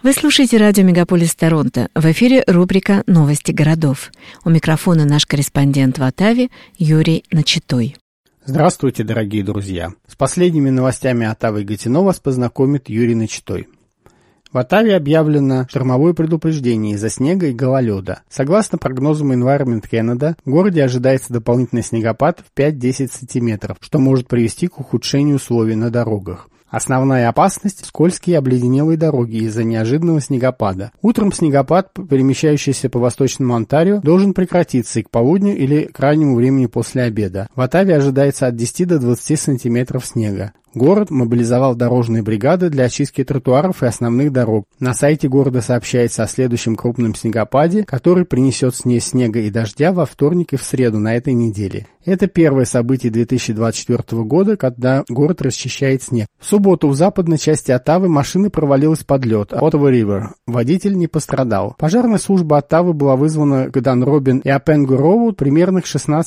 Вы слушаете радио «Мегаполис Торонто». В эфире рубрика «Новости городов». У микрофона наш корреспондент в Оттаве Юрий Начитой. Здравствуйте, дорогие друзья. С последними новостями Оттавы и Гатино вас познакомит Юрий Начитой. В Оттаве объявлено штормовое предупреждение из-за снега и гололеда. Согласно прогнозам Environment Canada, в городе ожидается дополнительный снегопад в 5-10 см, что может привести к ухудшению условий на дорогах. Основная опасность – скользкие обледенелые дороги из-за неожиданного снегопада. Утром снегопад, перемещающийся по восточному Онтарио, должен прекратиться и к полудню или к раннему времени после обеда. В Оттаве ожидается от 10 до 20 сантиметров снега. Город мобилизовал дорожные бригады для очистки тротуаров и основных дорог. На сайте города сообщается о следующем крупном снегопаде, который принесет смесь снега и дождя во вторник и в среду на этой неделе. Это первое событие 2024 года, когда город расчищает снег. В субботу в западной части Оттавы машина провалилась под лед, Ottawa River. Водитель не пострадал. Пожарная служба Оттавы была вызвана к Данробин и Апенгу Роуд примерно к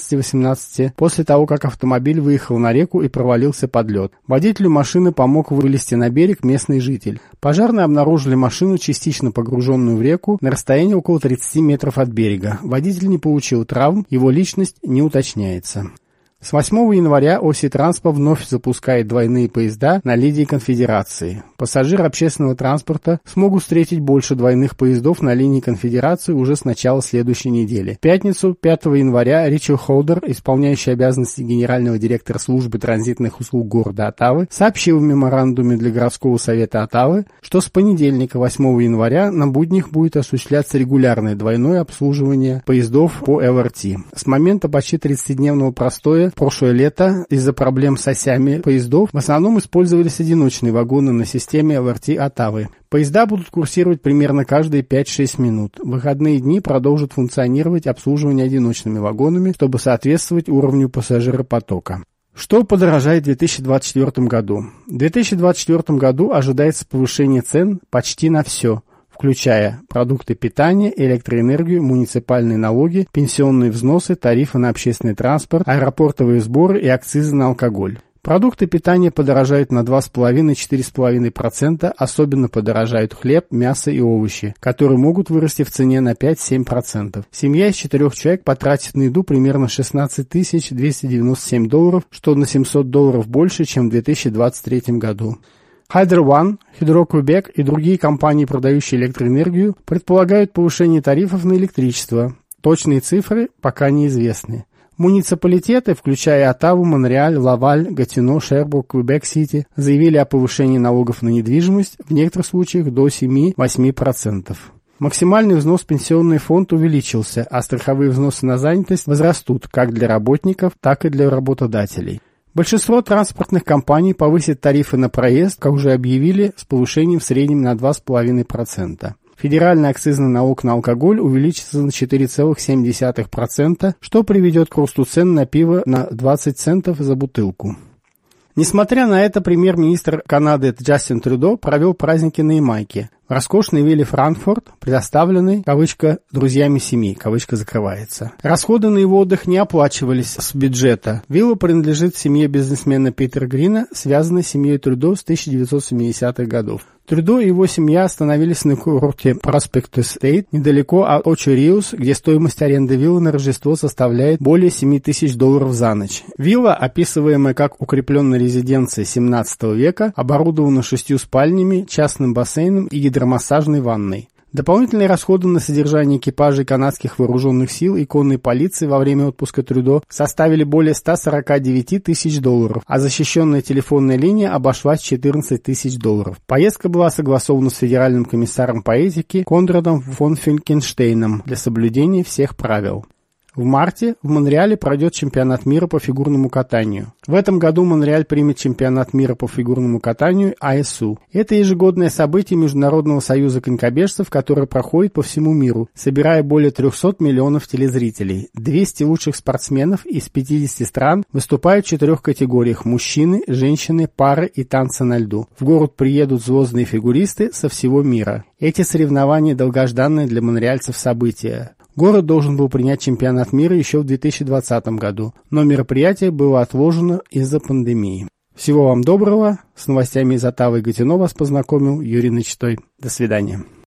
16-18 после того, как автомобиль выехал на реку и провалился под лед. Водителю машины помог вылезти на берег местный житель. Пожарные обнаружили машину, частично погруженную в реку, на расстоянии около 30 метров от берега. Водитель не получил травм, его личность не уточняется. С 8 января Оси Транспа вновь запускает двойные поезда на линии Конфедерации. Пассажиры общественного транспорта смогут встретить больше двойных поездов на линии Конфедерации уже с начала следующей недели. В пятницу, 5 января, Ричард Холдер, исполняющий обязанности генерального директора службы транзитных услуг города Оттавы, сообщил в меморандуме для городского совета Оттавы, что с понедельника, 8 января, на буднях будет осуществляться регулярное двойное обслуживание поездов по ЛРТ. С момента почти 30-дневного простоя в прошлое лето из-за проблем с осями поездов в основном использовались одиночные вагоны на системе ЛРТ Оттавы. Поезда будут курсировать примерно каждые 5-6 минут. В выходные дни продолжит функционировать обслуживание одиночными вагонами, чтобы соответствовать уровню пассажиропотока. Что подорожает в 2024 году? В 2024 году ожидается повышение цен почти на все, включая продукты питания, электроэнергию, муниципальные налоги, пенсионные взносы, тарифы на общественный транспорт, аэропортовые сборы и акцизы на алкоголь. Продукты питания подорожают на 2,5-4,5%, особенно подорожают хлеб, мясо и овощи, которые могут вырасти в цене на 5-7%. Семья из 4 человек потратит на еду примерно $16 297, что на $700 больше, чем в 2023 году. Hydro One, Hydro-Quebec и другие компании, продающие электроэнергию, предполагают повышение тарифов на электричество. Точные цифры пока неизвестны. Муниципалитеты, включая Оттаву, Монреаль, Лаваль, Гатино, Шербург, Квебек-Сити, заявили о повышении налогов на недвижимость, в некоторых случаях до 7-8%. Максимальный взнос в пенсионный фонд увеличился, а страховые взносы на занятость возрастут как для работников, так и для работодателей. Большинство транспортных компаний повысит тарифы на проезд, как уже объявили, с повышением в среднем на 2,5%. Федеральный акцизный налог на алкоголь увеличится на 4,7%, что приведет к росту цен на пиво на 20 центов за бутылку. Несмотря на это, премьер-министр Канады Джастин Трюдо провел праздники на Ямайке. В роскошной вилле Франкфурт, предоставленной, кавычка, друзьями семьи, кавычка закрывается. Расходы на его отдых не оплачивались с бюджета. Вилла принадлежит семье бизнесмена Питера Грина, связанной с семьей Трюдо с 1970-х годов. Трюдо и его семья остановились на курорте Prospect Estate, недалеко от Очи-Риус, где стоимость аренды виллы на Рождество составляет более $7,000 за ночь. Вилла, описываемая как укрепленная резиденция 17 века, оборудована 6 спальнями, частным бассейном и гидромассажной ванной. Дополнительные расходы на содержание экипажей канадских вооруженных сил и конной полиции во время отпуска Трюдо составили более $149 тысяч, а защищенная телефонная линия обошлась $14 тысяч. Поездка была согласована с федеральным комиссаром по этике Конрадом фон Финкенштейном для соблюдения всех правил. В марте в Монреале пройдет чемпионат мира по фигурному катанию. В этом году Монреаль примет чемпионат мира по фигурному катанию ISU. Это ежегодное событие Международного союза конькобежцев, которое проходит по всему миру, собирая более 300 миллионов телезрителей. 200 лучших спортсменов из 50 стран выступают в 4 категориях – мужчины, женщины, пары и танцы на льду. В город приедут звездные фигуристы со всего мира. Эти соревнования – долгожданное для монреальцев событие. Город должен был принять чемпионат мира еще в 2020 году, но мероприятие было отложено из-за пандемии. Всего вам доброго. С новостями из Оттавы и Гатино вас познакомил Юрий Начитой. До свидания.